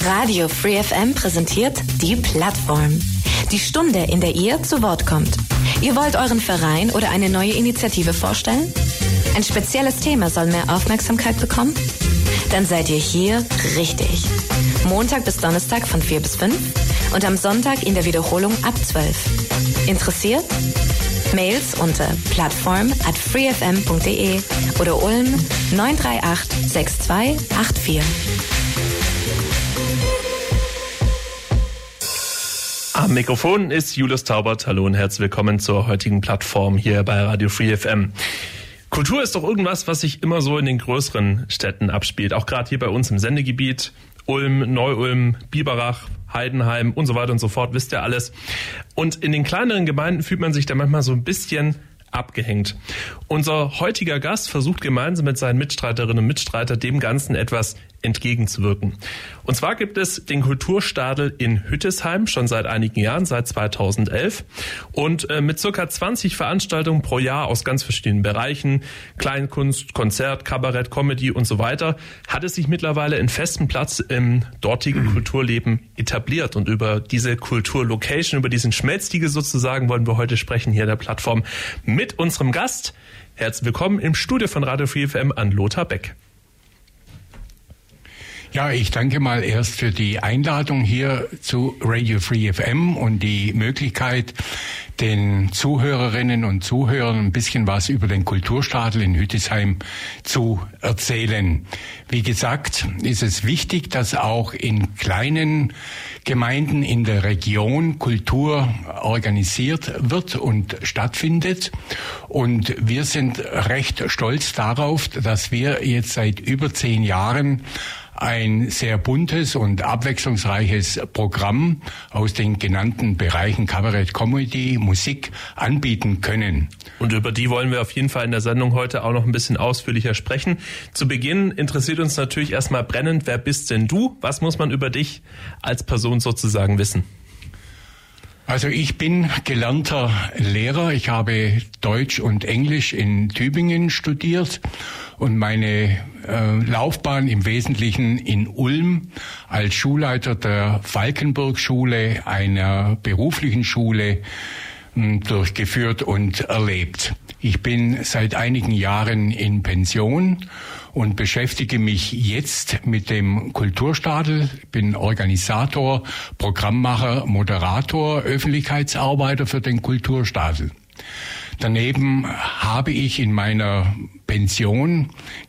Radio Free FM präsentiert die Plattform. Die Stunde, in der ihr zu Wort kommt. Ihr wollt euren Verein oder eine neue Initiative vorstellen? Ein spezielles Thema soll mehr Aufmerksamkeit bekommen? Dann seid ihr hier richtig. Montag bis Donnerstag von 4 bis 5 und am Sonntag in der Wiederholung ab 12. Interessiert? Mails unter plattform@freefm.de oder Ulm 938 6284. Am Mikrofon ist Julius Taubert. Hallo und herzlich willkommen zur heutigen Plattform hier bei Radio Free FM. Kultur ist doch irgendwas, was sich immer so in den größeren Städten abspielt. Auch gerade hier bei uns im Sendegebiet. Ulm, Neu-Ulm, Biberach, Heidenheim und so weiter und so fort, wisst ihr alles. Und in den kleineren Gemeinden fühlt man sich da manchmal so ein bisschen abgehängt. Unser heutiger Gast versucht gemeinsam mit seinen Mitstreiterinnen und Mitstreitern dem Ganzen etwas entgegenzuwirken. Und zwar gibt es den Kulturstadel in Hüttesheim schon seit einigen Jahren, seit 2011. Und mit circa 20 Veranstaltungen pro Jahr aus ganz verschiedenen Bereichen, Kleinkunst, Konzert, Kabarett, Comedy und so weiter, hat es sich mittlerweile einen festen Platz im dortigen Kulturleben etabliert. Und über diese Kulturlocation, über diesen Schmelztiegel sozusagen, wollen wir heute sprechen hier in der Plattform mit unserem Gast. Herzlich willkommen im Studio von Radio Free FM an Lothar Beck. Ja, ich danke mal erst für die Einladung hier zu Radio Free FM und die Möglichkeit, den Zuhörerinnen und Zuhörern ein bisschen was über den Kulturstadel in Hüttesheim zu erzählen. Wie gesagt, ist es wichtig, dass auch in kleinen Gemeinden in der Region Kultur organisiert wird und stattfindet. Und wir sind recht stolz darauf, dass wir jetzt seit über 10 Jahren ein sehr buntes und abwechslungsreiches Programm aus den genannten Bereichen Kabarett, Comedy, Musik anbieten können. Und über die wollen wir auf jeden Fall in der Sendung heute auch noch ein bisschen ausführlicher sprechen. Zu Beginn interessiert uns natürlich erstmal brennend, wer bist denn du? Was muss man über dich als Person sozusagen wissen? Also ich bin gelernter Lehrer. Ich habe Deutsch und Englisch in Tübingen studiert und meine Laufbahn im Wesentlichen in Ulm als Schulleiter der Falkenburg-Schule, einer beruflichen Schule, durchgeführt und erlebt. Ich bin seit einigen Jahren in Pension und beschäftige mich jetzt mit dem Kulturstadel. Bin Organisator, Programmmacher, Moderator, Öffentlichkeitsarbeiter für den Kulturstadel. Daneben habe ich in meiner Pension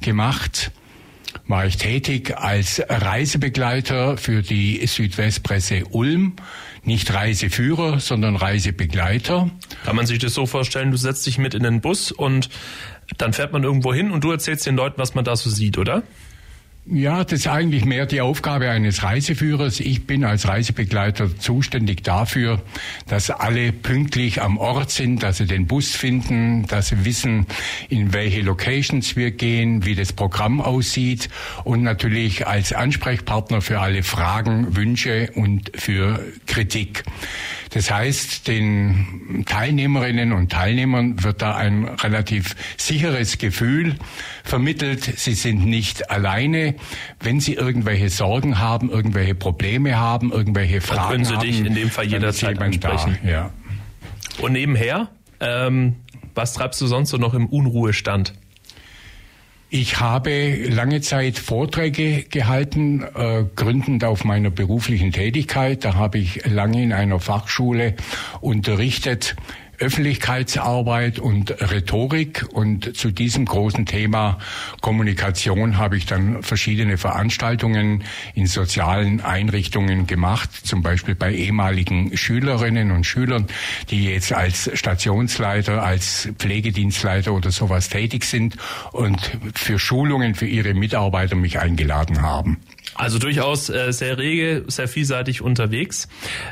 war ich tätig als Reisebegleiter für die Südwestpresse Ulm. Nicht Reiseführer, sondern Reisebegleiter. Kann man sich das so vorstellen, du setzt dich mit in den Bus und dann fährt man irgendwo hin und du erzählst den Leuten, was man da so sieht, oder? Ja, das ist eigentlich mehr die Aufgabe eines Reiseführers. Ich bin als Reisebegleiter zuständig dafür, dass alle pünktlich am Ort sind, dass sie den Bus finden, dass sie wissen, in welche Locations wir gehen, wie das Programm aussieht und natürlich als Ansprechpartner für alle Fragen, Wünsche und für Kritik. Das heißt, den Teilnehmerinnen und Teilnehmern wird da ein relativ sicheres Gefühl vermittelt. Sie sind nicht alleine. Wenn sie irgendwelche Sorgen haben, irgendwelche Probleme haben, irgendwelche Fragen haben, können sie dich in dem Fall jederzeit ansprechen. Da, ja. Und nebenher, was treibst du sonst so noch im Unruhestand? Ich habe lange Zeit Vorträge gehalten, gründend auf meiner beruflichen Tätigkeit. Da habe ich lange in einer Fachschule unterrichtet, Öffentlichkeitsarbeit und Rhetorik, und zu diesem großen Thema Kommunikation habe ich dann verschiedene Veranstaltungen in sozialen Einrichtungen gemacht, zum Beispiel bei ehemaligen Schülerinnen und Schülern, die jetzt als Stationsleiter, als Pflegedienstleiter oder sowas tätig sind und für Schulungen für ihre Mitarbeiter mich eingeladen haben. Also durchaus sehr rege, sehr vielseitig unterwegs.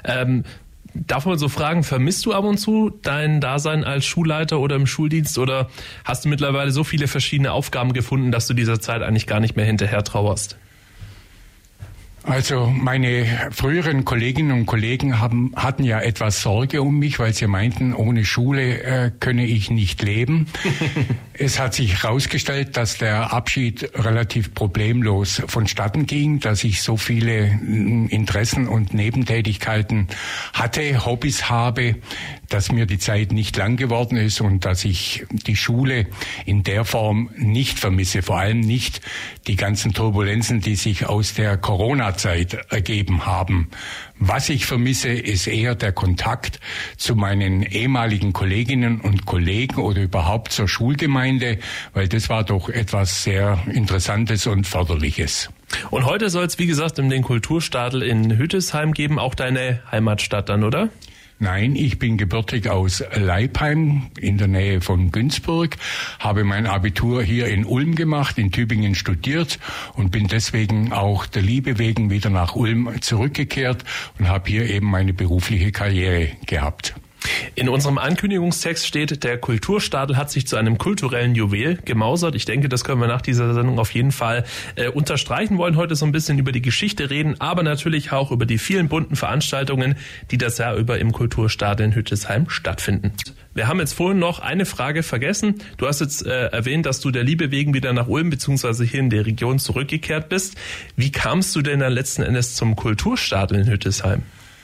Darf man so fragen, vermisst du ab und zu dein Dasein als Schulleiter oder im Schuldienst, oder hast du mittlerweile so viele verschiedene Aufgaben gefunden, dass du dieser Zeit eigentlich gar nicht mehr hinterher trauerst? Also meine früheren Kolleginnen und Kollegen hatten ja etwas Sorge um mich, weil sie meinten, ohne Schule könne ich nicht leben. Es hat sich herausgestellt, dass der Abschied relativ problemlos vonstatten ging, dass ich so viele Interessen und Nebentätigkeiten hatte, Hobbys habe, dass mir die Zeit nicht lang geworden ist und dass ich die Schule in der Form nicht vermisse, vor allem nicht die ganzen Turbulenzen, die sich aus der Corona-Zeit ergeben haben. Was ich vermisse, ist eher der Kontakt zu meinen ehemaligen Kolleginnen und Kollegen oder überhaupt zur Schulgemeinde, weil das war doch etwas sehr Interessantes und Förderliches. Und heute soll es, wie gesagt, den Kulturstadel in Hüttesheim geben, auch deine Heimatstadt dann, oder? Nein, ich bin gebürtig aus Leipheim in der Nähe von Günzburg, habe mein Abitur hier in Ulm gemacht, in Tübingen studiert und bin deswegen auch der Liebe wegen wieder nach Ulm zurückgekehrt und habe hier eben meine berufliche Karriere gehabt. In unserem Ankündigungstext steht, der Kulturstadel hat sich zu einem kulturellen Juwel gemausert. Ich denke, das können wir nach dieser Sendung auf jeden Fall unterstreichen. Wollen heute so ein bisschen über die Geschichte reden, aber natürlich auch über die vielen bunten Veranstaltungen, die das Jahr über im Kulturstadel in Hüttesheim stattfinden. Wir haben jetzt vorhin noch eine Frage vergessen. Du hast jetzt erwähnt, dass du der Liebe wegen wieder nach Ulm bzw. hier in der Region zurückgekehrt bist. Wie kamst du denn dann letzten Endes zum Kulturstadel in Hüttesheim?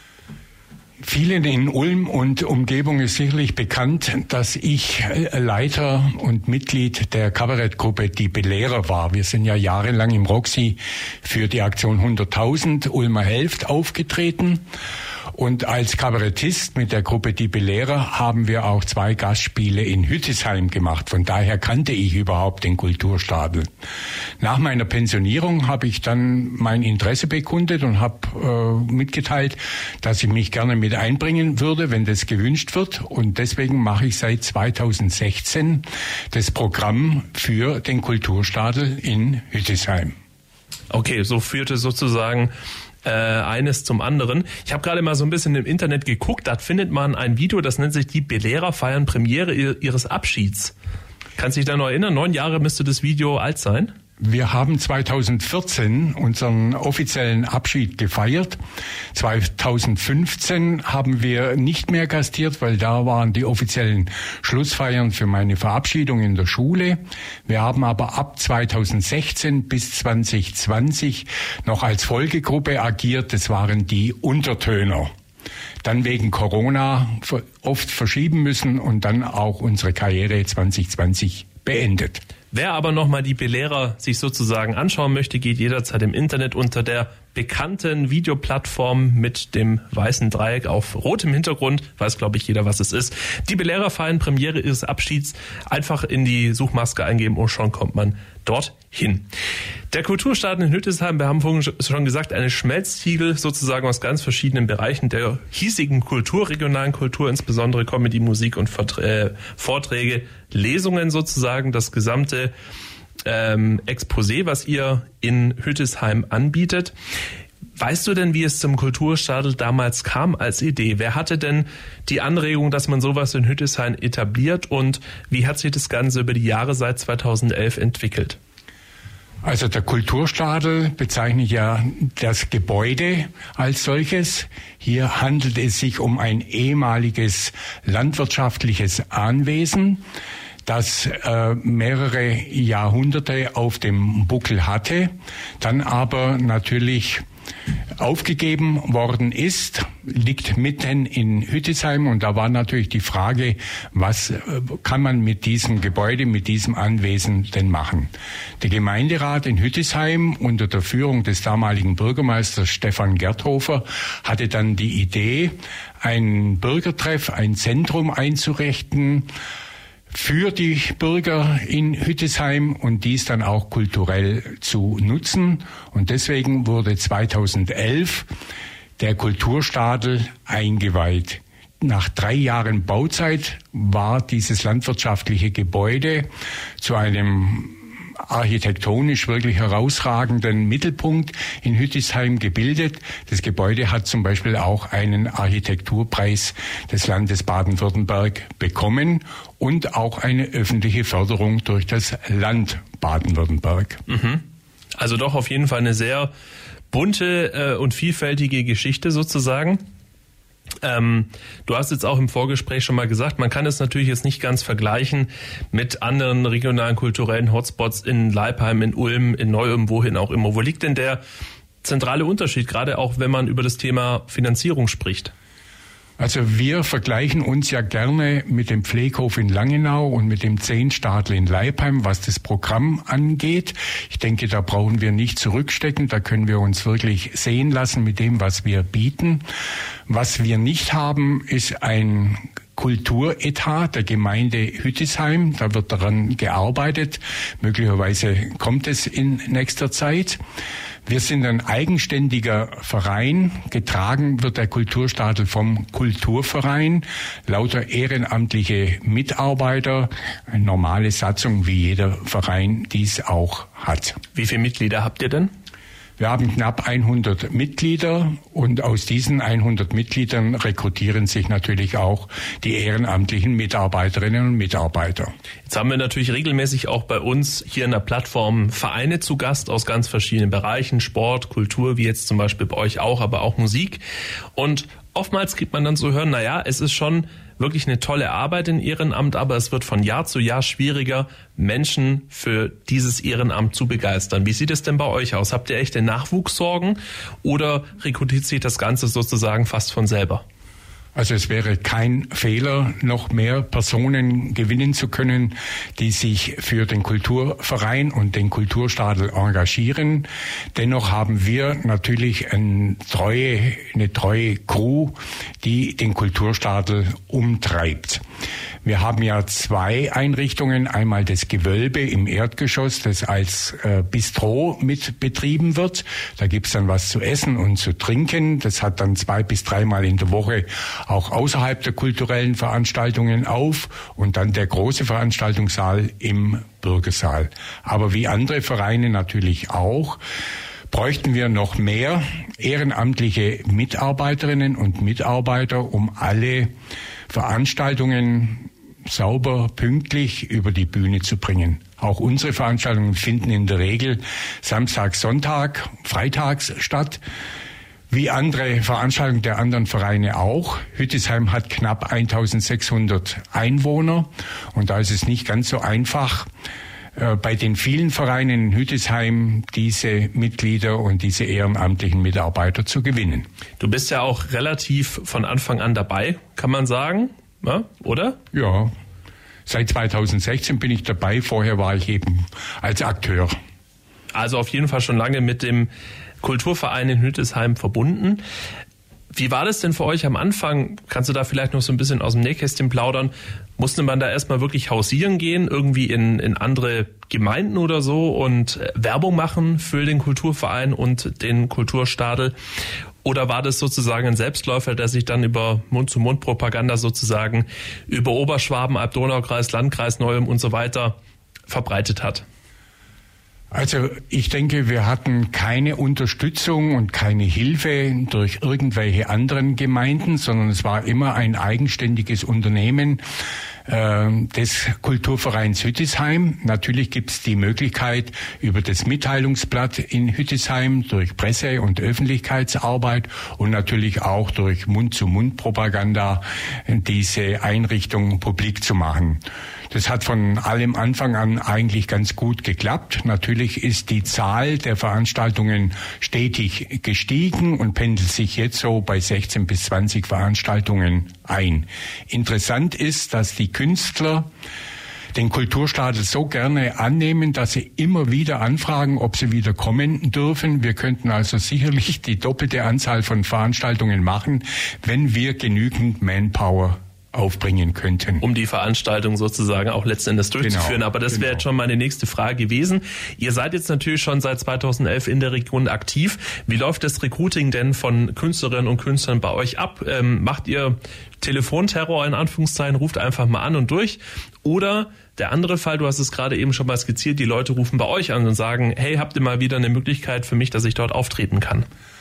Vielen in Ulm und Umgebung ist sicherlich bekannt, dass ich Leiter und Mitglied der Kabarettgruppe Die Belehrer war. Wir sind ja jahrelang im Roxy für die Aktion 100.000 Ulmer Helft aufgetreten. Und als Kabarettist mit der Gruppe Die Belehrer haben wir auch 2 Gastspiele in Hüttesheim gemacht. Von daher kannte ich überhaupt den Kulturstadel. Nach meiner Pensionierung habe ich dann mein Interesse bekundet und habe mitgeteilt, dass ich mich gerne mit einbringen würde, wenn das gewünscht wird. Und deswegen mache ich seit 2016 das Programm für den Kulturstadel in Hüttesheim. Okay, so führte sozusagen eines zum anderen. Ich habe gerade mal so ein bisschen im Internet geguckt, da findet man ein Video, das nennt sich Die Belehrer feiern Premiere ihres Abschieds. Kannst du dich da noch erinnern? 9 Jahre müsste das Video alt sein. Wir haben 2014 unseren offiziellen Abschied gefeiert. 2015 haben wir nicht mehr gastiert, weil da waren die offiziellen Schlussfeiern für meine Verabschiedung in der Schule. Wir haben aber ab 2016 bis 2020 noch als Folgegruppe agiert. Das waren die Untertöner. Dann wegen Corona oft verschieben müssen und dann auch unsere Karriere 2020 beendet. Wer aber nochmal die Belehrer sich sozusagen anschauen möchte, geht jederzeit im Internet unter der bekannten Videoplattform mit dem weißen Dreieck auf rotem Hintergrund. Weiß, glaube ich, jeder, was es ist. Die Belehrer feiern Premiere ihres Abschieds. Einfach in die Suchmaske eingeben und schon kommt man dorthin. Der Kulturstadel in Hüttesheim, wir haben vorhin schon gesagt, eine Schmelztiegel sozusagen aus ganz verschiedenen Bereichen der hiesigen Kultur, regionalen Kultur, insbesondere Comedy, Musik und Vorträge, Lesungen sozusagen, das gesamte Exposé, was ihr in Hüttesheim anbietet. Weißt du denn, wie es zum Kulturstadel damals kam als Idee? Wer hatte denn die Anregung, dass man sowas in Hüttesheim etabliert und wie hat sich das Ganze über die Jahre seit 2011 entwickelt? Also der Kulturstadel bezeichnet ja das Gebäude als solches. Hier handelt es sich um ein ehemaliges landwirtschaftliches Anwesen, das mehrere Jahrhunderte auf dem Buckel hatte, dann aber natürlich aufgegeben worden ist, liegt mitten in Hüttesheim und da war natürlich die Frage, was kann man mit diesem Gebäude, mit diesem Anwesen denn machen? Der Gemeinderat in Hüttesheim unter der Führung des damaligen Bürgermeisters Stefan Gerthofer hatte dann die Idee, ein Bürgertreff, ein Zentrum einzurichten, für die Bürger in Hüttesheim und dies dann auch kulturell zu nutzen. Und deswegen wurde 2011 der Kulturstadel eingeweiht. Nach 3 Jahren Bauzeit war dieses landwirtschaftliche Gebäude zu einem architektonisch wirklich herausragenden Mittelpunkt in Hüttesheim gebildet. Das Gebäude hat zum Beispiel auch einen Architekturpreis des Landes Baden-Württemberg bekommen und auch eine öffentliche Förderung durch das Land Baden-Württemberg. Also doch auf jeden Fall eine sehr bunte und vielfältige Geschichte sozusagen. Du hast jetzt auch im Vorgespräch schon mal gesagt, man kann es natürlich jetzt nicht ganz vergleichen mit anderen regionalen kulturellen Hotspots in Leipheim, in Ulm, in Neu-Ulm, wohin auch immer. Wo liegt denn der zentrale Unterschied, gerade auch wenn man über das Thema Finanzierung spricht? Also wir vergleichen uns ja gerne mit dem Pfleghof in Langenau und mit dem Zehnstadel in Leipheim, was das Programm angeht. Ich denke, da brauchen wir nicht zurückstecken. Da können wir uns wirklich sehen lassen mit dem, was wir bieten. Was wir nicht haben, ist ein Kulturetat der Gemeinde Hüttisheim. Da wird daran gearbeitet. Möglicherweise kommt es in nächster Zeit. Wir sind ein eigenständiger Verein. Getragen wird der Kulturstadel vom Kulturverein. Lauter ehrenamtliche Mitarbeiter. Eine normale Satzung, wie jeder Verein dies auch hat. Wie viele Mitglieder habt ihr denn? Wir haben knapp 100 Mitglieder und aus diesen 100 Mitgliedern rekrutieren sich natürlich auch die ehrenamtlichen Mitarbeiterinnen und Mitarbeiter. Jetzt haben wir natürlich regelmäßig auch bei uns hier in der Plattform Vereine zu Gast aus ganz verschiedenen Bereichen, Sport, Kultur, wie jetzt zum Beispiel bei euch auch, aber auch Musik. Und oftmals kriegt man dann so hören, naja, es ist schon wirklich eine tolle Arbeit in Ehrenamt, aber es wird von Jahr zu Jahr schwieriger, Menschen für dieses Ehrenamt zu begeistern. Wie sieht es denn bei euch aus? Habt ihr echte Nachwuchssorgen oder rekrutiert sich das Ganze sozusagen fast von selber? Also es wäre kein Fehler, noch mehr Personen gewinnen zu können, die sich für den Kulturverein und den Kulturstadel engagieren. Dennoch haben wir natürlich eine treue Crew, die den Kulturstadel umtreibt. Wir haben ja 2 Einrichtungen, einmal das Gewölbe im Erdgeschoss, das als Bistro mit betrieben wird. Da gibt's dann was zu essen und zu trinken. Das hat dann 2 bis 3 Mal in der Woche auch außerhalb der kulturellen Veranstaltungen auf. Und dann der große Veranstaltungssaal im Bürgersaal. Aber wie andere Vereine natürlich auch, bräuchten wir noch mehr ehrenamtliche Mitarbeiterinnen und Mitarbeiter, um alle Veranstaltungen sauber, pünktlich über die Bühne zu bringen. Auch unsere Veranstaltungen finden in der Regel Samstag, Sonntag, freitags statt, wie andere Veranstaltungen der anderen Vereine auch. Hüttisheim hat knapp 1600 Einwohner und da ist es nicht ganz so einfach, bei den vielen Vereinen in Hüttisheim diese Mitglieder und diese ehrenamtlichen Mitarbeiter zu gewinnen. Du bist ja auch relativ von Anfang an dabei, kann man sagen, ja, oder? Ja, seit 2016 bin ich dabei, vorher war ich eben als Akteur. Also auf jeden Fall schon lange mit dem Kulturverein in Hüttisheim verbunden. Wie war das denn für euch am Anfang? Kannst du da vielleicht noch so ein bisschen aus dem Nähkästchen plaudern? Musste man da erstmal wirklich hausieren gehen, irgendwie in andere Gemeinden oder so und Werbung machen für den Kulturverein und den Kulturstadel? Oder war das sozusagen ein Selbstläufer, der sich dann über Mund-zu-Mund-Propaganda sozusagen über Oberschwaben, Alb-Donau-Kreis, Landkreis Neu-Ulm und so weiter verbreitet hat? Also ich denke, wir hatten keine Unterstützung und keine Hilfe durch irgendwelche anderen Gemeinden, sondern es war immer ein eigenständiges Unternehmen des Kulturvereins Hüttisheim. Natürlich gibt es die Möglichkeit, über das Mitteilungsblatt in Hüttisheim durch Presse- und Öffentlichkeitsarbeit und natürlich auch durch Mund-zu-Mund-Propaganda diese Einrichtung publik zu machen. Das hat von allem Anfang an eigentlich ganz gut geklappt. Natürlich ist die Zahl der Veranstaltungen stetig gestiegen und pendelt sich jetzt so bei 16 bis 20 Veranstaltungen ein. Interessant ist, dass die Künstler den Kulturstadel so gerne annehmen, dass sie immer wieder anfragen, ob sie wieder kommen dürfen. Wir könnten also sicherlich die doppelte Anzahl von Veranstaltungen machen, wenn wir genügend Manpower aufbringen könnten. Um die Veranstaltung sozusagen auch letzten Endes durchzuführen. Genau, aber das wäre jetzt schon meine nächste Frage gewesen. Ihr seid jetzt natürlich schon seit 2011 in der Region aktiv. Wie läuft das Recruiting denn von Künstlerinnen und Künstlern bei euch ab? Macht ihr Telefonterror in Anführungszeichen, ruft einfach mal an und durch? Oder der andere Fall, du hast es gerade eben schon mal skizziert, die Leute rufen bei euch an und sagen, hey, habt ihr mal wieder eine Möglichkeit für mich, dass ich dort auftreten kann?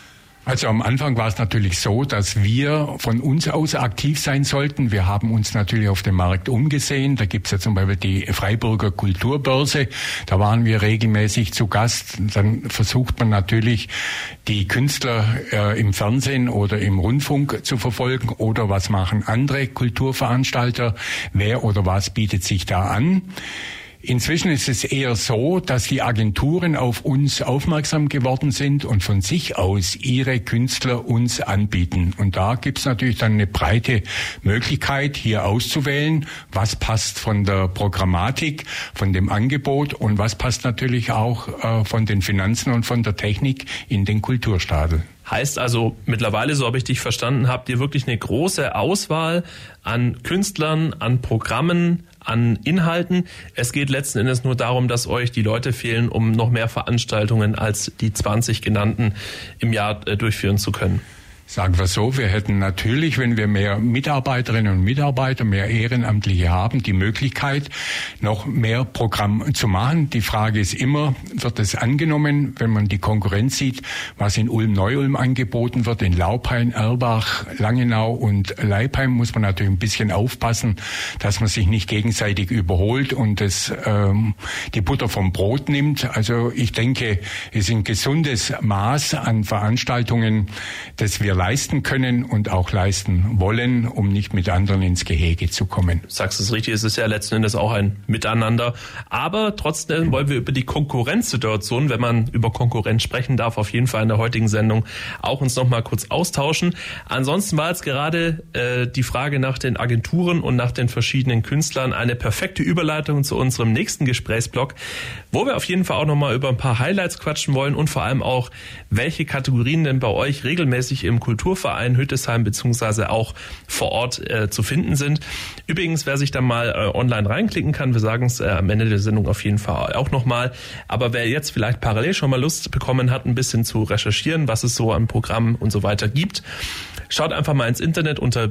Also am Anfang war es natürlich so, dass wir von uns aus aktiv sein sollten. Wir haben uns natürlich auf dem Markt umgesehen. Da gibt's ja zum Beispiel die Freiburger Kulturbörse. Da waren wir regelmäßig zu Gast. Dann versucht man natürlich, die Künstler im Fernsehen oder im Rundfunk zu verfolgen. Oder was machen andere Kulturveranstalter? Wer oder was bietet sich da an? Inzwischen ist es eher so, dass die Agenturen auf uns aufmerksam geworden sind und von sich aus ihre Künstler uns anbieten. Und da gibt es natürlich dann eine breite Möglichkeit, hier auszuwählen, was passt von der Programmatik, von dem Angebot und was passt natürlich auch von den Finanzen und von der Technik in den Kulturstadel. Heißt also mittlerweile, so habe ich dich verstanden, habt ihr wirklich eine große Auswahl an Künstlern, an Programmen, an Inhalten. Es geht letzten Endes nur darum, dass euch die Leute fehlen, um noch mehr Veranstaltungen als die 20 genannten im Jahr durchführen zu können. Sagen wir so, wir hätten natürlich, wenn wir mehr Mitarbeiterinnen und Mitarbeiter, mehr Ehrenamtliche haben, die Möglichkeit, noch mehr Programm zu machen. Die Frage ist immer, wird es angenommen, wenn man die Konkurrenz sieht, was in Ulm-Neu-Ulm angeboten wird, in Lauphain, Erbach, Langenau und Leipheim, muss man natürlich ein bisschen aufpassen, dass man sich nicht gegenseitig überholt und die Butter vom Brot nimmt. Also ich denke, es ist ein gesundes Maß an Veranstaltungen, das wir leisten können und auch leisten wollen, um nicht mit anderen ins Gehege zu kommen. Du sagst es richtig, es ist ja letzten Endes auch ein Miteinander. Aber trotzdem wollen wir über die Konkurrenzsituation, wenn man über Konkurrenz sprechen darf, auf jeden Fall in der heutigen Sendung auch uns noch mal kurz austauschen. Ansonsten war jetzt gerade die Frage nach den Agenturen und nach den verschiedenen Künstlern eine perfekte Überleitung zu unserem nächsten Gesprächsblock, wo wir auf jeden Fall auch noch mal über ein paar Highlights quatschen wollen und vor allem auch, welche Kategorien denn bei euch regelmäßig im Kulturverein Hüttesheim beziehungsweise auch vor Ort zu finden sind. Übrigens, wer sich dann mal online reinklicken kann, wir sagen es am Ende der Sendung auf jeden Fall auch nochmal, aber wer jetzt vielleicht parallel schon mal Lust bekommen hat, ein bisschen zu recherchieren, was es so an Programmen und so weiter gibt, schaut einfach mal ins Internet unter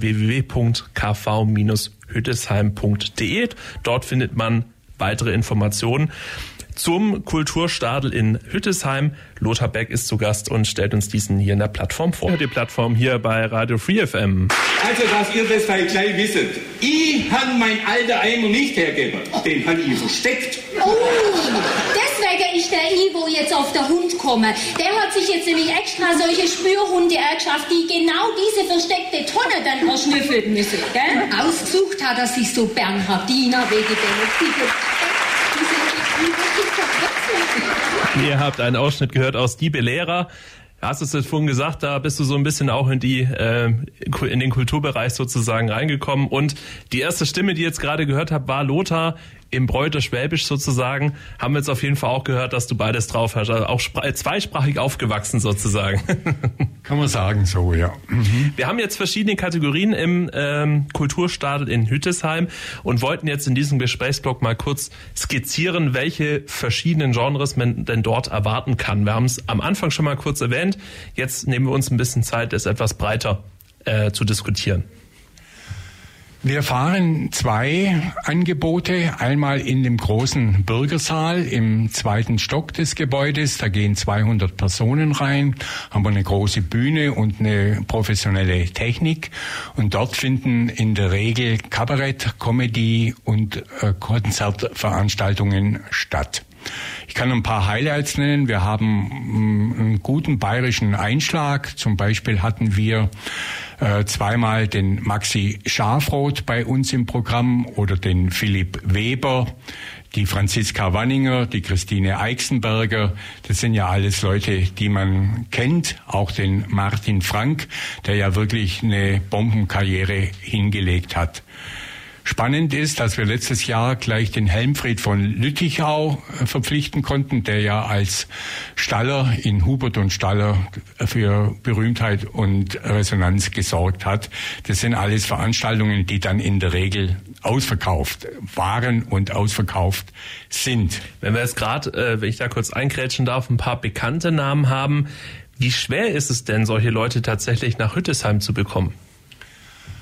www.kv-hüttesheim.de. Dort findet man weitere Informationen zum Kulturstadel in Hüttesheim. Lothar Beck ist zu Gast und stellt uns diesen hier in der Plattform vor. Die Plattform hier bei Radio Free FM. Also, dass ihr das halt gleich wisset. Ich han mein alter Eimer nicht hergegeben. Den han ich versteckt. Oh, deswegen ist der Ivo jetzt auf der Hund gekommen. Der hat sich jetzt nämlich extra solche Spürhunde erschafft, die genau diese versteckte Tonne dann erschnüffeln müssen. Gell? Ausgesucht hat er sich so Bernhardiner wegen der Ihr habt einen Ausschnitt gehört aus Die Belehrer. Hast du es jetzt vorhin gesagt, da bist du so ein bisschen auch in den Kulturbereich sozusagen reingekommen. Und die erste Stimme, die ihr jetzt gerade gehört habt, war Lothar im Bräuter Schwäbisch sozusagen. Haben wir jetzt auf jeden Fall auch gehört, dass du beides drauf hast. Also auch zweisprachig aufgewachsen sozusagen. Kann man sagen, so, ja. Mhm. Wir haben jetzt verschiedene Kategorien im Kulturstadel in Hüttesheim und wollten jetzt in diesem Gesprächsblock mal kurz skizzieren, welche verschiedenen Genres man denn dort erwarten kann. Wir haben es am Anfang schon mal kurz erwähnt. Jetzt nehmen wir uns ein bisschen Zeit, es etwas breiter zu diskutieren. Wir fahren 2 Angebote, einmal in dem großen Bürgersaal im 2. Stock des Gebäudes, da gehen 200 Personen rein, haben wir eine große Bühne und eine professionelle Technik und dort finden in der Regel Kabarett, Comedy und Konzertveranstaltungen statt. Ich kann ein paar Highlights nennen. Wir haben einen guten bayerischen Einschlag. Zum Beispiel hatten wir zweimal den Maxi Schafroth bei uns im Programm oder den Philipp Weber, die Franziska Wanninger, die Christine Eichsenberger. Das sind ja alles Leute, die man kennt. Auch den Martin Frank, der ja wirklich eine Bombenkarriere hingelegt hat. Spannend ist, dass wir letztes Jahr gleich den Helmfried von Lüttichau verpflichten konnten, der ja als Staller in Hubert und Staller für Berühmtheit und Resonanz gesorgt hat. Das sind alles Veranstaltungen, die dann in der Regel ausverkauft waren und ausverkauft sind. Wenn wir jetzt gerade, wenn ich da kurz einkrätschen darf, ein paar bekannte Namen haben, wie schwer ist es denn, solche Leute tatsächlich nach Hüttesheim zu bekommen?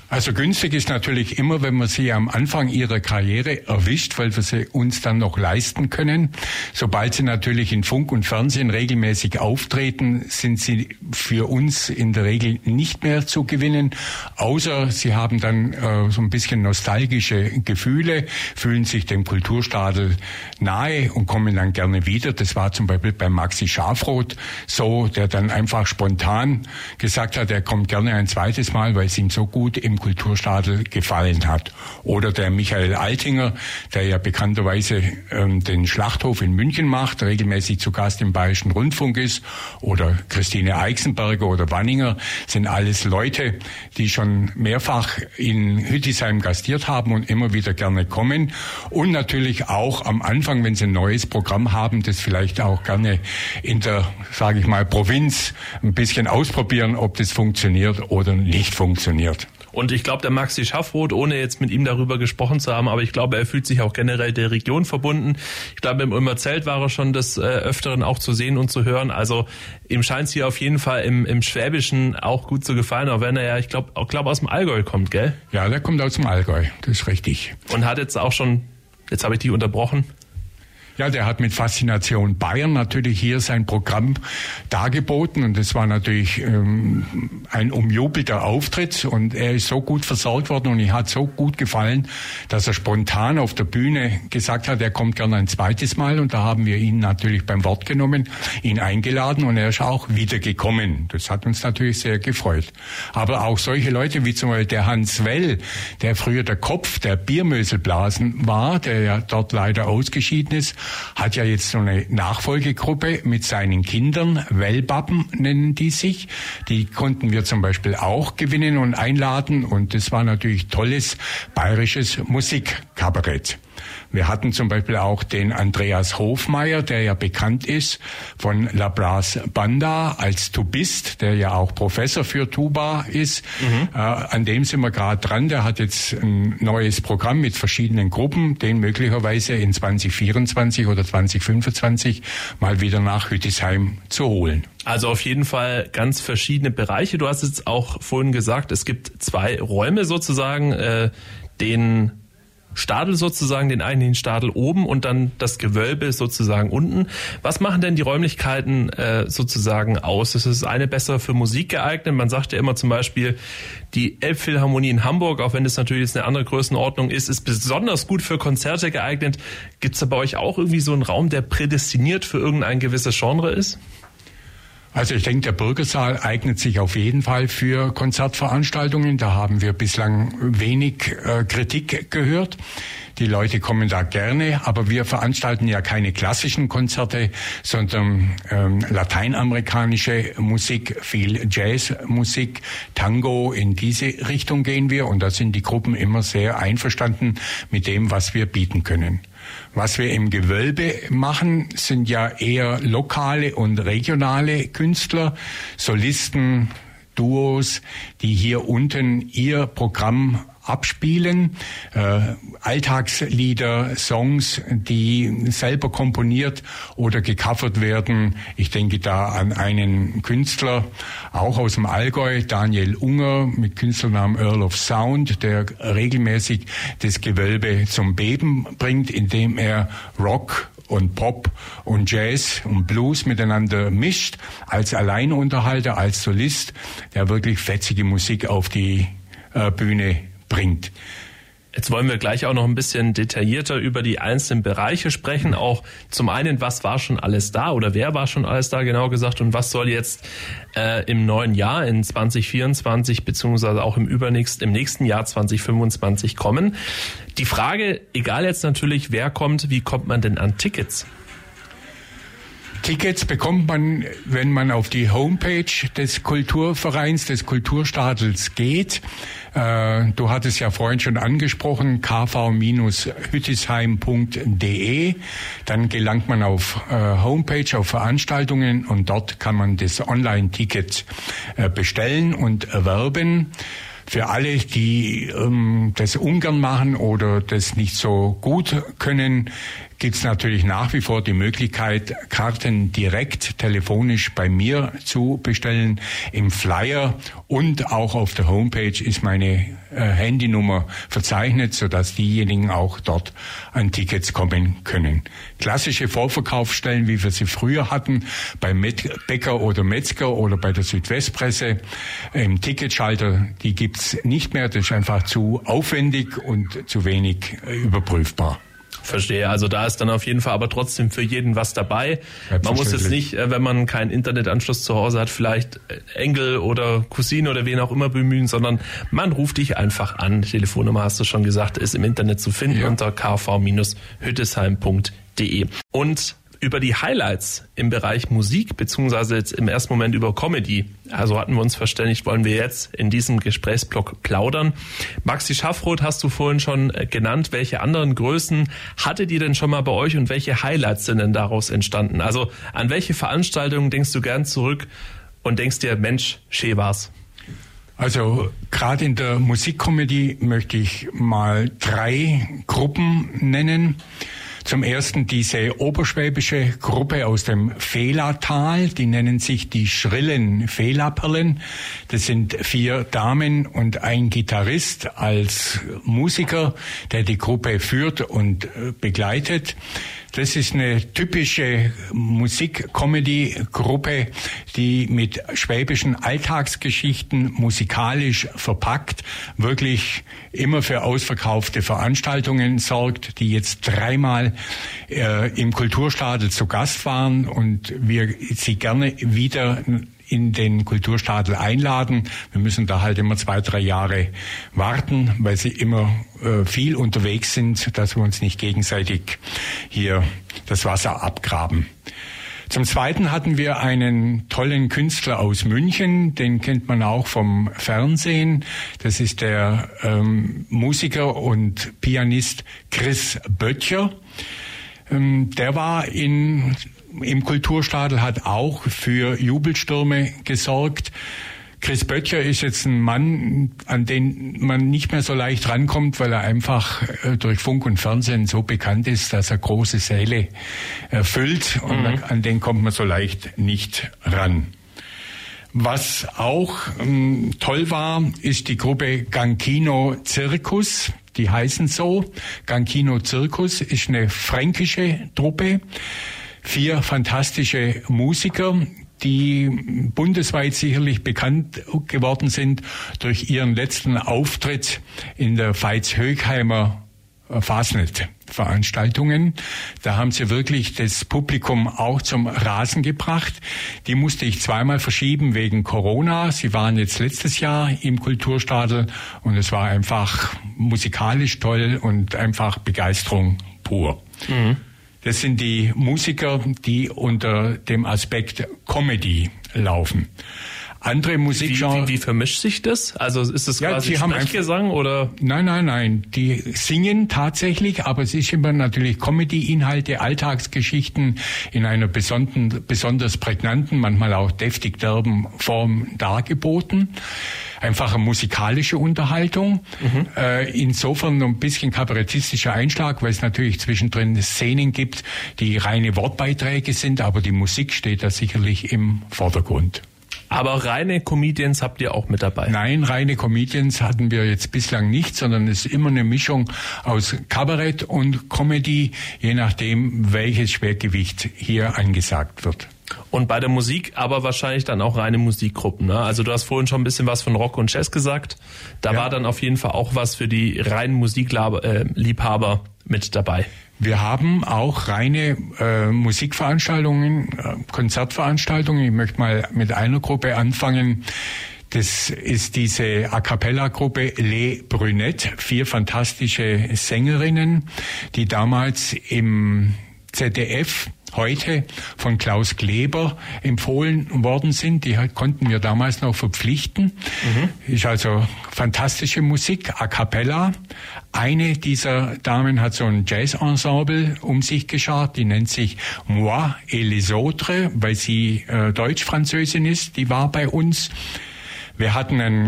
Also günstig ist natürlich immer, wenn man sie am Anfang ihrer Karriere erwischt, weil wir sie uns dann noch leisten können. Sobald sie natürlich in Funk und Fernsehen regelmäßig auftreten, sind sie für uns in der Regel nicht mehr zu gewinnen, außer sie haben dann so ein bisschen nostalgische Gefühle, fühlen sich dem Kulturstadel nahe und kommen dann gerne wieder. Das war zum Beispiel bei Maxi Schafroth so, der dann einfach spontan gesagt hat, er kommt gerne ein zweites Mal, weil es ihm so gut im Kulturstadel gefallen hat. Oder der Michael Altinger, der ja bekannterweise den Schlachthof in München macht, regelmäßig zu Gast im Bayerischen Rundfunk ist. Oder Christine Eichsenberger oder Wanninger, sind alles Leute, die schon mehrfach in Hüttisheim gastiert haben und immer wieder gerne kommen. Und natürlich auch am Anfang, wenn sie ein neues Programm haben, das vielleicht auch gerne in der, sage ich mal, Provinz ein bisschen ausprobieren, ob das funktioniert oder nicht funktioniert. Und ich glaube, der Maxi Schafroth, ohne jetzt mit ihm darüber gesprochen zu haben, aber ich glaube, er fühlt sich auch generell der Region verbunden. Ich glaube, im Ulmer Zelt war er schon des Öfteren auch zu sehen und zu hören. Also ihm scheint es hier auf jeden Fall im Schwäbischen auch gut zu gefallen, auch wenn er ja, ich glaube, aus dem Allgäu kommt, gell? Ja, der kommt aus dem Allgäu, das ist richtig. Und hat jetzt auch schon, jetzt habe ich dich unterbrochen. Ja, der hat mit Faszination Bayern natürlich hier sein Programm dargeboten und das war natürlich ein umjubelter Auftritt und er ist so gut versorgt worden und ihm hat so gut gefallen, dass er spontan auf der Bühne gesagt hat, er kommt gerne ein zweites Mal und da haben wir ihn natürlich beim Wort genommen, ihn eingeladen und er ist auch wieder gekommen. Das hat uns natürlich sehr gefreut. Aber auch solche Leute wie zum Beispiel der Hans Well, der früher der Kopf der Biermöselblasen war, der ja dort leider ausgeschieden ist, hat ja jetzt so eine Nachfolgegruppe mit seinen Kindern, Wellbappen nennen die sich. Die konnten wir zum Beispiel auch gewinnen und einladen und das war natürlich tolles bayerisches Musikkabarett. Wir hatten zum Beispiel auch den Andreas Hofmeier, der ja bekannt ist von La Brass Banda als Tubist, der ja auch Professor für Tuba ist. An dem sind wir gerade dran. Der hat jetzt ein neues Programm mit verschiedenen Gruppen, den möglicherweise in 2024 oder 2025 mal wieder nach Hüttisheim zu holen. Also auf jeden Fall ganz verschiedene Bereiche. Du hast jetzt auch vorhin gesagt, es gibt 2 Räume sozusagen, den Stadel sozusagen, den eigentlichen Stadel oben und dann das Gewölbe sozusagen unten. Was machen denn die Räumlichkeiten sozusagen aus? Ist das eine besser für Musik geeignet? Man sagt ja immer zum Beispiel, die Elbphilharmonie in Hamburg, auch wenn das natürlich jetzt eine andere Größenordnung ist besonders gut für Konzerte geeignet. Gibt es da bei euch auch irgendwie so einen Raum, der prädestiniert für irgendein gewisses Genre ist? Also ich denke, der Bürgersaal eignet sich auf jeden Fall für Konzertveranstaltungen. Da haben wir bislang wenig Kritik gehört. Die Leute kommen da gerne, aber wir veranstalten ja keine klassischen Konzerte, sondern lateinamerikanische Musik, viel Jazzmusik, Tango, in diese Richtung gehen wir und da sind die Gruppen immer sehr einverstanden mit dem, was wir bieten können. Was wir im Gewölbe machen, sind ja eher lokale und regionale Künstler, Solisten, Duos, die hier unten ihr Programm abspielen, Alltagslieder, Songs, die selber komponiert oder gecovert werden. Ich denke da an einen Künstler, auch aus dem Allgäu, Daniel Unger, mit Künstlernamen Earl of Sound, der regelmäßig das Gewölbe zum Beben bringt, indem er Rock und Pop und Jazz und Blues miteinander mischt, als Alleinunterhalter, als Solist, der wirklich fetzige Musik auf die Bühne bringt. Jetzt wollen wir gleich auch noch ein bisschen detaillierter über die einzelnen Bereiche sprechen. Auch zum einen, was war schon alles da oder wer war schon alles da, genau gesagt, und was soll jetzt im neuen Jahr in 2024 beziehungsweise auch im nächsten Jahr 2025 kommen. Die Frage, egal jetzt natürlich, wer kommt, wie kommt man denn an Tickets? Tickets bekommt man, wenn man auf die Homepage des Kulturvereins, des Kulturstadels geht. Du hattest ja vorhin schon angesprochen, kv-hüttisheim.de. Dann gelangt man auf Homepage, auf Veranstaltungen und dort kann man das Online-Ticket bestellen und erwerben. Für alle, die das ungern machen oder das nicht so gut können, gibt es natürlich nach wie vor die Möglichkeit, Karten direkt telefonisch bei mir zu bestellen. Im Flyer und auch auf der Homepage ist meine Handynummer verzeichnet, sodass diejenigen auch dort an Tickets kommen können. Klassische Vorverkaufsstellen, wie wir sie früher hatten, beim Bäcker oder Metzger oder bei der Südwestpresse, im Ticketschalter, die gibt's nicht mehr. Das ist einfach zu aufwendig und zu wenig überprüfbar. Verstehe, also da ist dann auf jeden Fall aber trotzdem für jeden was dabei. Man muss jetzt nicht, wenn man keinen Internetanschluss zu Hause hat, vielleicht Enkel oder Cousine oder wen auch immer bemühen, sondern man ruft dich einfach an. Die Telefonnummer, hast du schon gesagt, ist im Internet zu finden unter kv-hüttesheim.de. Und über die Highlights im Bereich Musik, beziehungsweise jetzt im ersten Moment über Comedy, also hatten wir uns verständigt, wollen wir jetzt in diesem Gesprächsblock plaudern. Maxi Schaffroth hast du vorhin schon genannt. Welche anderen Größen hattet ihr denn schon mal bei euch und welche Highlights sind denn daraus entstanden? Also an welche Veranstaltungen denkst du gern zurück und denkst dir, Mensch, schön war's? Also gerade in der Musikcomedy möchte ich mal 3 Gruppen nennen. Zum ersten diese oberschwäbische Gruppe aus dem Fehlertal, die nennen sich die Schrillen Fehlerperlen. Das sind 4 Damen und ein Gitarrist als Musiker, der die Gruppe führt und begleitet. Das ist eine typische Musik-Comedy-Gruppe, die mit schwäbischen Alltagsgeschichten musikalisch verpackt wirklich immer für ausverkaufte Veranstaltungen sorgt, die jetzt 3-mal im Kulturstadel zu Gast waren und wir sie gerne wieder in den Kulturstadel einladen. Wir müssen da halt immer 2-3 Jahre warten, weil sie immer viel unterwegs sind, dass wir uns nicht gegenseitig hier das Wasser abgraben. Zum Zweiten hatten wir einen tollen Künstler aus München, den kennt man auch vom Fernsehen. Das ist der Musiker und Pianist Chris Böttcher. Der war im Kulturstadel, hat auch für Jubelstürme gesorgt. Chris Böttcher ist jetzt ein Mann, an den man nicht mehr so leicht rankommt, weil er einfach durch Funk und Fernsehen so bekannt ist, dass er große Säle füllt und an den kommt man so leicht nicht ran. Was auch toll war, ist die Gruppe Gankino Zirkus. Die heißen so. Gankino Zirkus ist eine fränkische Truppe. 4 fantastische Musiker, die bundesweit sicherlich bekannt geworden sind durch ihren letzten Auftritt in der Veitshöchheimer Fasnet-Veranstaltungen. Da haben sie wirklich das Publikum auch zum Rasen gebracht. Die musste ich 2-mal verschieben wegen Corona. Sie waren jetzt letztes Jahr im Kulturstadel und es war einfach musikalisch toll und einfach Begeisterung pur. Mhm. Das sind die Musiker, die unter dem Aspekt Comedy laufen. Andere Musikgenres. Wie vermischt sich das? Also ist das quasi Sprechgesang oder? Nein. Die singen tatsächlich, aber es ist immer natürlich Comedy-Inhalte, Alltagsgeschichten in einer besonders prägnanten, manchmal auch deftig derben Form dargeboten. Einfach eine musikalische Unterhaltung. Insofern noch ein bisschen kabarettistischer Einschlag, weil es natürlich zwischendrin Szenen gibt, die reine Wortbeiträge sind, aber die Musik steht da sicherlich im Vordergrund. Aber reine Comedians habt ihr auch mit dabei? Nein, reine Comedians hatten wir jetzt bislang nicht, sondern es ist immer eine Mischung aus Kabarett und Comedy, je nachdem, welches Schwergewicht hier angesagt wird. Und bei der Musik aber wahrscheinlich dann auch reine Musikgruppen, ne? Also du hast vorhin schon ein bisschen was von Rock und Jazz gesagt. Da war dann auf jeden Fall auch was für die reinen Musikliebhaber mit dabei. Wir haben auch reine Musikveranstaltungen, Konzertveranstaltungen. Ich möchte mal mit einer Gruppe anfangen. Das ist diese A-Cappella-Gruppe Les Brunettes, 4 fantastische Sängerinnen, die damals im ZDF heute von Klaus Kleber empfohlen worden sind. Die konnten wir damals noch verpflichten. Ist also fantastische Musik, a cappella. Eine dieser Damen hat so ein Jazz-Ensemble um sich geschart, die nennt sich Moi et les autres, weil sie Deutsch-Französin ist, die war bei uns. Wir hatten einen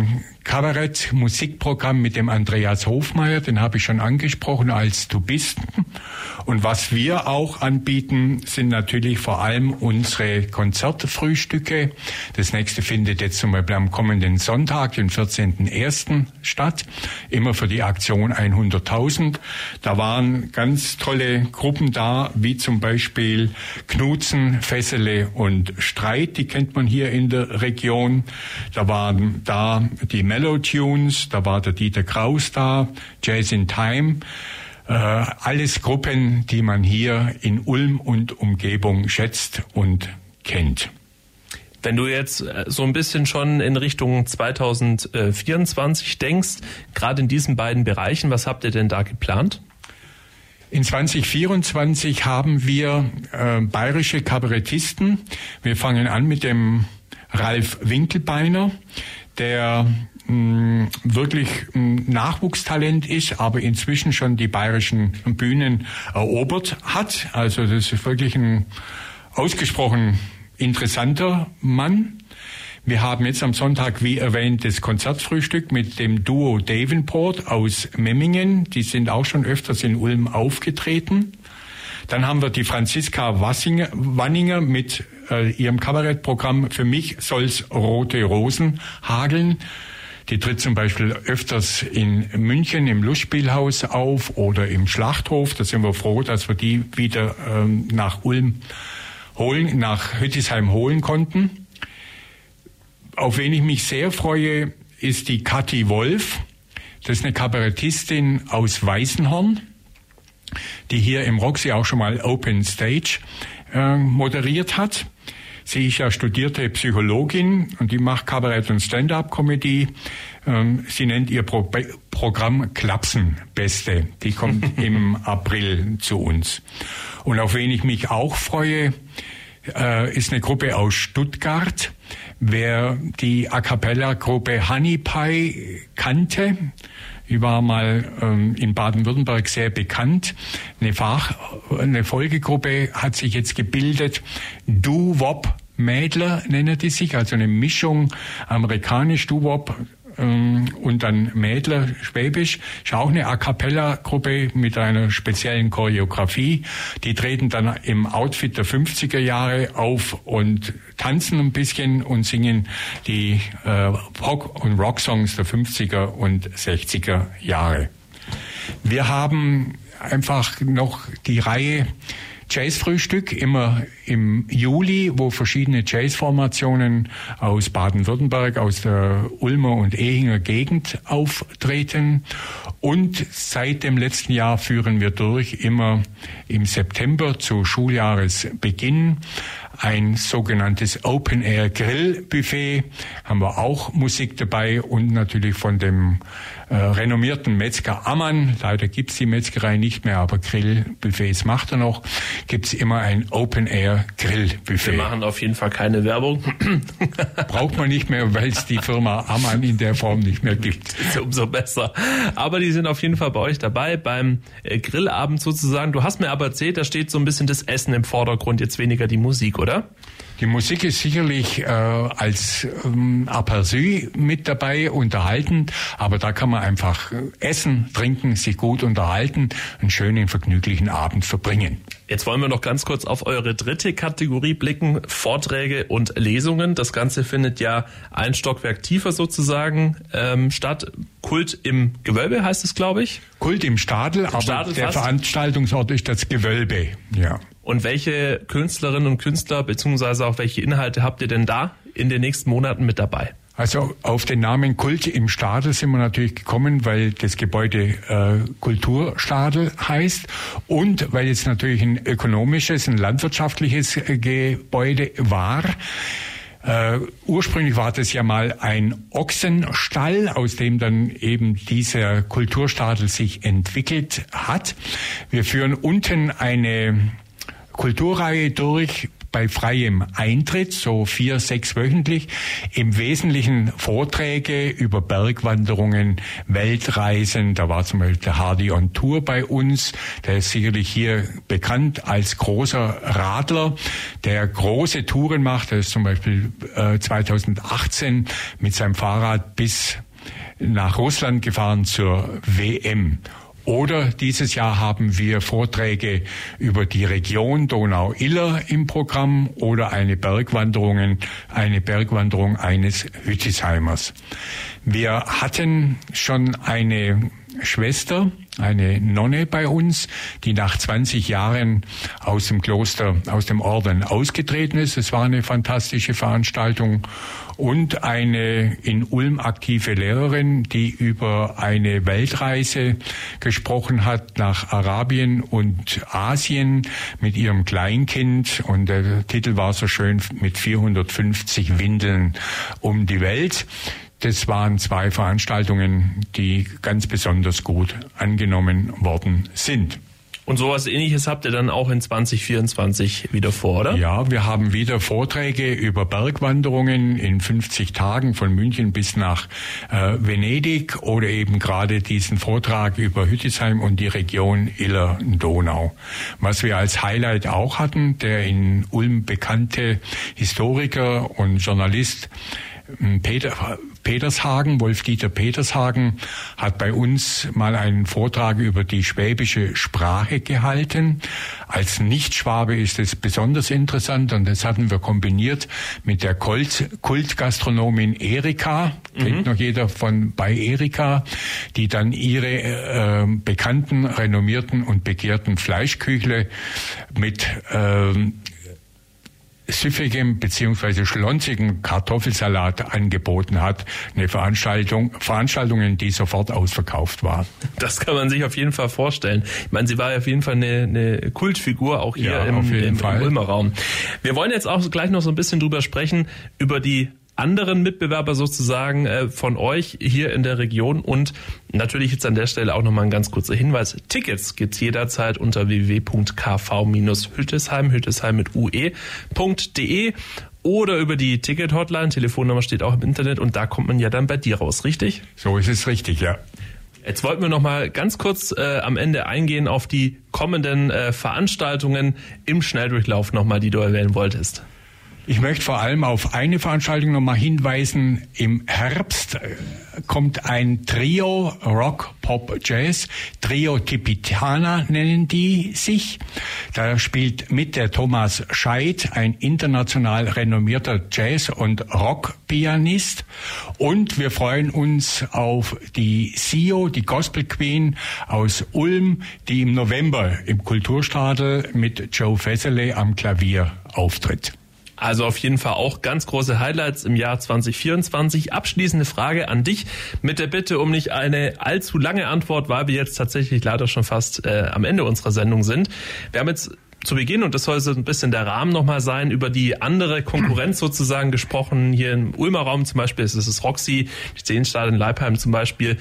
Kabarett-Musikprogramm mit dem Andreas Hofmeier, den habe ich schon angesprochen als Tubisten. Und was wir auch anbieten, sind natürlich vor allem unsere Konzertfrühstücke. Das nächste findet jetzt zum Beispiel am kommenden Sonntag, den 14.01. statt, immer für die Aktion 100.000. Da waren ganz tolle Gruppen da, wie zum Beispiel Knutzen, Fessele und Streit, die kennt man hier in der Region. Da waren da die Mellow Tunes, da war der Dieter Kraus da, Jazz in Time. Alles Gruppen, die man hier in Ulm und Umgebung schätzt und kennt. Wenn du jetzt so ein bisschen schon in Richtung 2024 denkst, gerade in diesen beiden Bereichen, was habt ihr denn da geplant? In 2024 haben wir bayerische Kabarettisten. Wir fangen an mit dem Ralf Winkelbeiner, der wirklich ein Nachwuchstalent ist, aber inzwischen schon die bayerischen Bühnen erobert hat. Also das ist wirklich ein ausgesprochen interessanter Mann. Wir haben jetzt am Sonntag, wie erwähnt, das Konzertfrühstück mit dem Duo Davenport aus Memmingen. Die sind auch schon öfters in Ulm aufgetreten. Dann haben wir die Franziska Wanninger mit ihrem Kabarettprogramm Für mich soll's rote Rosen hageln. Die tritt zum Beispiel öfters in München im Lustspielhaus auf oder im Schlachthof. Da sind wir froh, dass wir die wieder nach Ulm holen, nach Hüttisheim holen konnten. Auf wen ich mich sehr freue, ist die Kathi Wolf. Das ist eine Kabarettistin aus Weißenhorn, die hier im Roxy auch schon mal Open Stage moderiert hat. Sie ist ja studierte Psychologin und die macht Kabarett und Stand-up-Comedy. Sie nennt ihr Programm Klapsenbeste. Die kommt im April zu uns. Und auf wen ich mich auch freue, ist eine Gruppe aus Stuttgart. Wer die A-Cappella-Gruppe Honey Pie kannte, die war mal in Baden-Württemberg sehr bekannt. Eine Folgegruppe hat sich jetzt gebildet. Doo-Wop Mädler nennen die sich, also eine Mischung amerikanisch Doo-Wop und dann Mädler Schwäbisch. Ist auch eine A-Cappella-Gruppe mit einer speziellen Choreografie. Die treten dann im Outfit der 50er Jahre auf und tanzen ein bisschen und singen die Pop- und Rock-Songs der 50er und 60er Jahre. Wir haben einfach noch die Reihe Jazzfrühstück immer im Juli, wo verschiedene Jazzformationen aus Baden-Württemberg, aus der Ulmer und Ehinger Gegend auftreten. Und seit dem letzten Jahr führen wir durch, immer im September zu Schuljahresbeginn, ein sogenanntes Open-Air-Grill-Buffet. Haben wir auch Musik dabei und natürlich von dem renommierten Metzger Ammann. Leider gibt's die Metzgerei nicht mehr, aber Grillbuffets macht er noch. Gibt's immer ein Open-Air-Grill-Buffet. Wir machen auf jeden Fall keine Werbung. Braucht man nicht mehr, weil es die Firma Ammann in der Form nicht mehr gibt. Ist umso besser. Aber die sind auf jeden Fall bei euch dabei beim Grillabend sozusagen. Du hast mir aber erzählt, da steht so ein bisschen das Essen im Vordergrund, jetzt weniger die Musik, oder? Die Musik ist sicherlich als Aperçu mit dabei, unterhaltend, aber da kann man einfach essen, trinken, sich gut unterhalten, einen schönen, vergnüglichen Abend verbringen. Jetzt wollen wir noch ganz kurz auf eure dritte Kategorie blicken, Vorträge und Lesungen. Das Ganze findet ja ein Stockwerk tiefer sozusagen statt. Kult im Gewölbe heißt es, glaube ich. Kult im Stadel, aber der Veranstaltungsort ist das Gewölbe, ja. Und welche Künstlerinnen und Künstler beziehungsweise auch welche Inhalte habt ihr denn da in den nächsten Monaten mit dabei? Also auf den Namen Kult im Stadel sind wir natürlich gekommen, weil das Gebäude Kulturstadel heißt und weil es natürlich ein ökonomisches, ein landwirtschaftliches Gebäude war. Ursprünglich war das ja mal ein Ochsenstall, aus dem dann eben dieser Kulturstadel sich entwickelt hat. Wir führen unten eine Kulturreihe durch bei freiem Eintritt, so 4-6 wöchentlich, im Wesentlichen Vorträge über Bergwanderungen, Weltreisen. Da war zum Beispiel der Hardy on Tour bei uns, der ist sicherlich hier bekannt als großer Radler, der große Touren macht. Der ist zum Beispiel 2018 mit seinem Fahrrad bis nach Russland gefahren zur WM. Oder dieses Jahr haben wir Vorträge über die Region Donau-Iller im Programm oder eine Bergwanderung eines Hüttisheimers. Wir hatten schon eine Schwester, eine Nonne bei uns, die nach 20 Jahren aus dem Kloster, aus dem Orden ausgetreten ist. Es war eine fantastische Veranstaltung. Und eine in Ulm aktive Lehrerin, die über eine Weltreise gesprochen hat nach Arabien und Asien mit ihrem Kleinkind. Und der Titel war so schön, mit 450 Windeln um die Welt. Das waren 2 Veranstaltungen, die ganz besonders gut angenommen worden sind. Und sowas Ähnliches habt ihr dann auch in 2024 wieder vor, oder? Ja, wir haben wieder Vorträge über Bergwanderungen in 50 Tagen von München bis nach Venedig oder eben gerade diesen Vortrag über Hüttisheim und die Region Iller-Donau. Was wir als Highlight auch hatten, der in Ulm bekannte Historiker und Journalist Petershagen, Wolf-Dieter Petershagen, hat bei uns mal einen Vortrag über die schwäbische Sprache gehalten. Als Nicht-Schwabe ist es besonders interessant und das hatten wir kombiniert mit der Kultgastronomin Erika, kennt noch jeder bei Erika, die dann ihre bekannten, renommierten und begehrten Fleischküchle mit süffigem bzw. schlonzigem Kartoffelsalat angeboten hat. Eine Veranstaltungen, die sofort ausverkauft waren. Das kann man sich auf jeden Fall vorstellen. Ich meine, sie war auf jeden Fall eine Kultfigur auch hier im Ulmer Raum. Wir wollen jetzt auch gleich noch so ein bisschen drüber sprechen, über die anderen Mitbewerber sozusagen von euch hier in der Region und natürlich jetzt an der Stelle auch nochmal ein ganz kurzer Hinweis. Tickets gibt's jederzeit unter www.kv-hüttisheim, Hüttisheim mit ue.de oder über die Ticket-Hotline. Telefonnummer steht auch im Internet und da kommt man ja dann bei dir raus, richtig? So ist es richtig, ja. Jetzt wollten wir noch mal ganz kurz am Ende eingehen auf die kommenden Veranstaltungen im Schnelldurchlauf nochmal, die du erwähnen wolltest. Ich möchte vor allem auf eine Veranstaltung nochmal hinweisen. Im Herbst kommt ein Trio Rock, Pop, Jazz. Trio Tipitana nennen die sich. Da spielt mit der Thomas Scheidt, ein international renommierter Jazz- und Rock-Pianist. Und wir freuen uns auf die Sio, die Gospel Queen aus Ulm, die im November im Kulturstadel mit Joe Fessele am Klavier auftritt. Also auf jeden Fall auch ganz große Highlights im Jahr 2024. Abschließende Frage an dich mit der Bitte um nicht eine allzu lange Antwort, weil wir jetzt tatsächlich leider schon fast am Ende unserer Sendung sind. Wir haben jetzt zu Beginn, und das soll so ein bisschen der Rahmen nochmal sein, über die andere Konkurrenz sozusagen gesprochen. Hier im Ulmer Raum zum Beispiel ist es das Roxy, die Seenstadt in Leipheim zum Beispiel.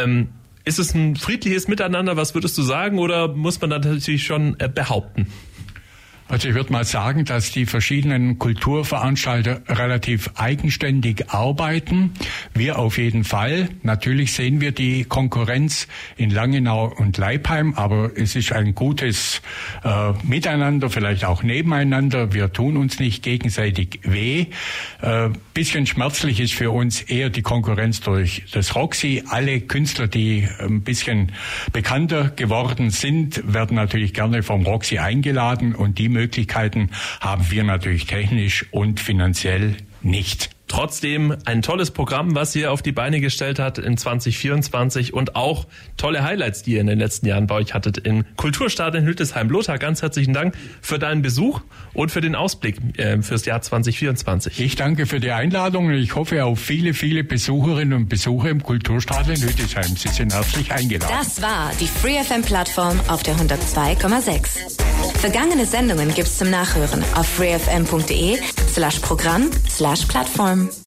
Ist es ein friedliches Miteinander, was würdest du sagen, oder muss man da natürlich schon behaupten? Also ich würde mal sagen, dass die verschiedenen Kulturveranstalter relativ eigenständig arbeiten. Wir auf jeden Fall. Natürlich sehen wir die Konkurrenz in Langenau und Leipheim, aber es ist ein gutes Miteinander, vielleicht auch nebeneinander. Wir tun uns nicht gegenseitig weh. Bisschen schmerzlich ist für uns eher die Konkurrenz durch das Roxy. Alle Künstler, die ein bisschen bekannter geworden sind, werden natürlich gerne vom Roxy eingeladen und die Möglichkeiten haben wir natürlich technisch und finanziell nicht. Trotzdem ein tolles Programm, was ihr auf die Beine gestellt hat in 2024 und auch tolle Highlights, die ihr in den letzten Jahren bei euch hattet im Kulturstart in Hüttisheim. Lothar, ganz herzlichen Dank für deinen Besuch und für den Ausblick fürs Jahr 2024. Ich danke für die Einladung und ich hoffe auf viele, viele Besucherinnen und Besucher im Kulturstart in Hüttisheim. Sie sind herzlich eingeladen. Das war die Free FM Plattform auf der 102,6. Vergangene Sendungen gibt's zum Nachhören auf freefm.de/Programm/Plattform.